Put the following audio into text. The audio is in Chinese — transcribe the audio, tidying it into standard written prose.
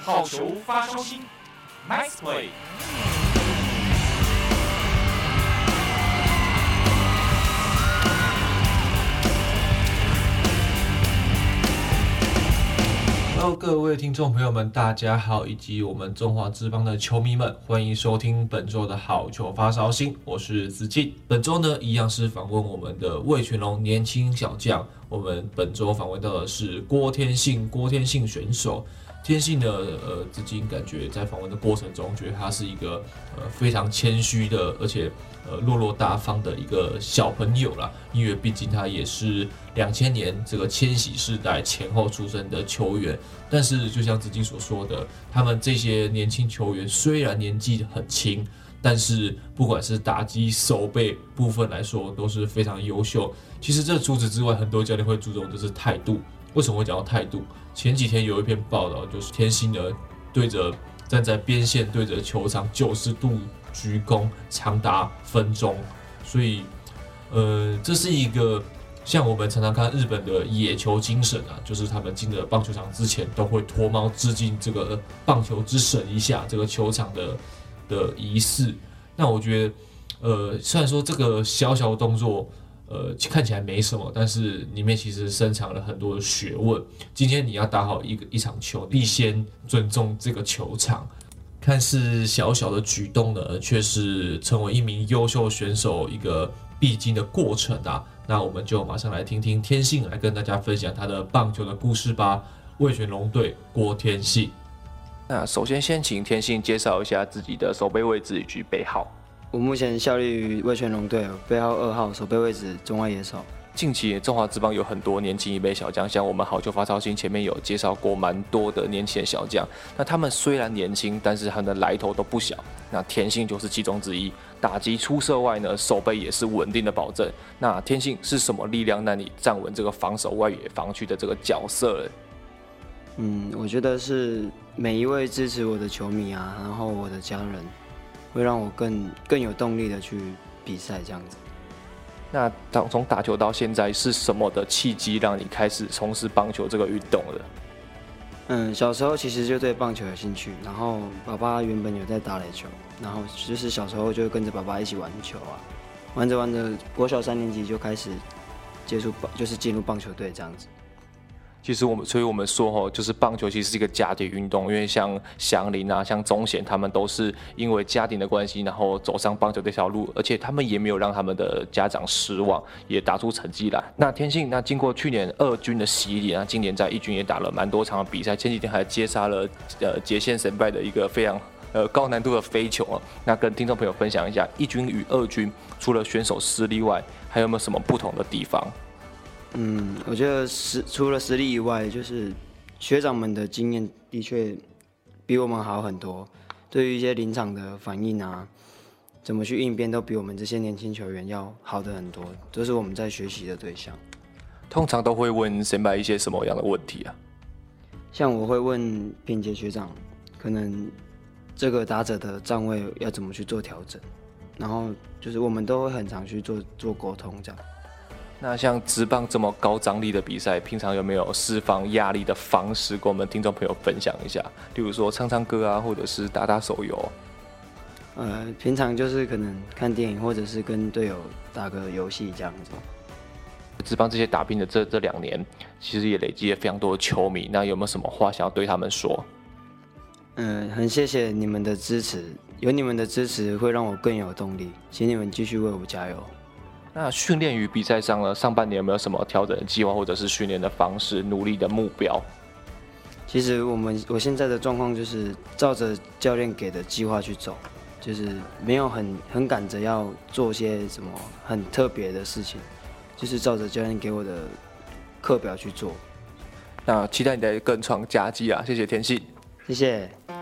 好球发烧星 ，Nice play。 Hello， 各位听众朋友们，大家好，以及我们中华职棒的球迷们，欢迎收听本周的好球发烧星，我是子敬。本周呢，一样是访问我们的味全龙年轻小将。我们本周访问到的是郭天信选手。天信呢，子敬感觉在访问的过程中，觉得他是一个非常谦虚的，而且落落大方的一个小朋友啦。因为毕竟他也是2000年这个千禧世代前后出生的球员。但是就像子敬所说的，他们这些年轻球员虽然年纪很轻，但是不管是打击、守备部分来说，都是非常优秀。其实这除此之外，很多教练会注重的是态度。为什么会讲到态度？前几天有一篇报道，就是天信呢站在边线对着球场90度鞠躬，长达分钟。所以，这是一个像我们常常看日本的野球精神啊，就是他们进了棒球场之前都会脱帽致敬这个棒球之神一下，这个球场的仪式。那我觉得，虽然说这个小小的动作，看起来没什么，但是里面其实深藏了很多的学问。今天你要打好一场球，必先尊重这个球场。看似小小的举动呢，却是成为一名优秀选手一个必经的过程啊。那我们就马上来听听天信来跟大家分享他的棒球的故事吧。味全龙队郭天信。 那首先先请天信介绍一下自己的守备位置以及背号。 我目前效力于味全龙队，背号2号，守备位置中外野手。 近期中华职棒有很多年轻一辈小将，像我们好球发烧星前面有介绍过蛮多的年轻的小将。那他们虽然年轻，但是他们的来头都不小。那天信就是其中之一，打击出色外呢，守备也是稳定的保证。那天信是什么力量让你站稳这个防守外野防区的这个角色？ 我觉得是每一位支持我的球迷啊，然后我的家人，会让我更有动力的去比赛这样子。 那从打球到现在，是什么的契机让你开始从事棒球这个运动的？ 小时候其实就对棒球有兴趣，然后爸爸原本有在打垒球，然后就是小时候就跟着爸爸一起玩球啊，玩着国小3年级就开始接触就是进入棒球队这样子。 其实所以我们说就是棒球其实是一个家庭运动，因为像祥林啊、像宗贤他们都是因为家庭的关系，然后走上棒球这条路，而且他们也没有让他们的家长失望，也打出成绩来。那天信经过去年2军的洗礼啊，今年在1军也打了蛮多场的比赛，前几天还接杀了杰线神拜的一个非常高难度的飞球啊。那跟听众朋友分享一下，1军与2军除了选手实力外，还有没有什么不同的地方？ 我觉得除了实力以外，就是学长们的经验的确比我们好很多，对于一些临场的反应啊，怎么去应变，都比我们这些年轻球员要好的很多，这是我们在学习的对象。 通常都会问先白一些什么样的问题啊？ 像我会问品杰学长，可能这个打者的站位要怎么去做调整，然后就是我们都会很常去做沟通这样。 那像职棒这么高张力的比赛，平常有没有释放压力的方式，跟我们听众朋友分享一下？例如说唱唱歌啊，或者是打手游。 平常就是可能看电影，或者是跟队友打个游戏这样子。 职棒这些打拼的这2年，其实也累积了非常多的球迷。那有没有什么话想要对他们说？ 很谢谢你们的支持，有你们的支持会让我更有动力，请你们继续为我加油。 那训练与比赛上呢，上半年有没有什么调整的计划，或者是训练的方式、努力的目标？ 其实我现在的状况就是照着教练给的计划去走，就是没有很赶着要做些什么很特别的事情，就是照着教练给我的课表去做。 那期待你的更创佳绩啊！谢谢天信， 谢谢。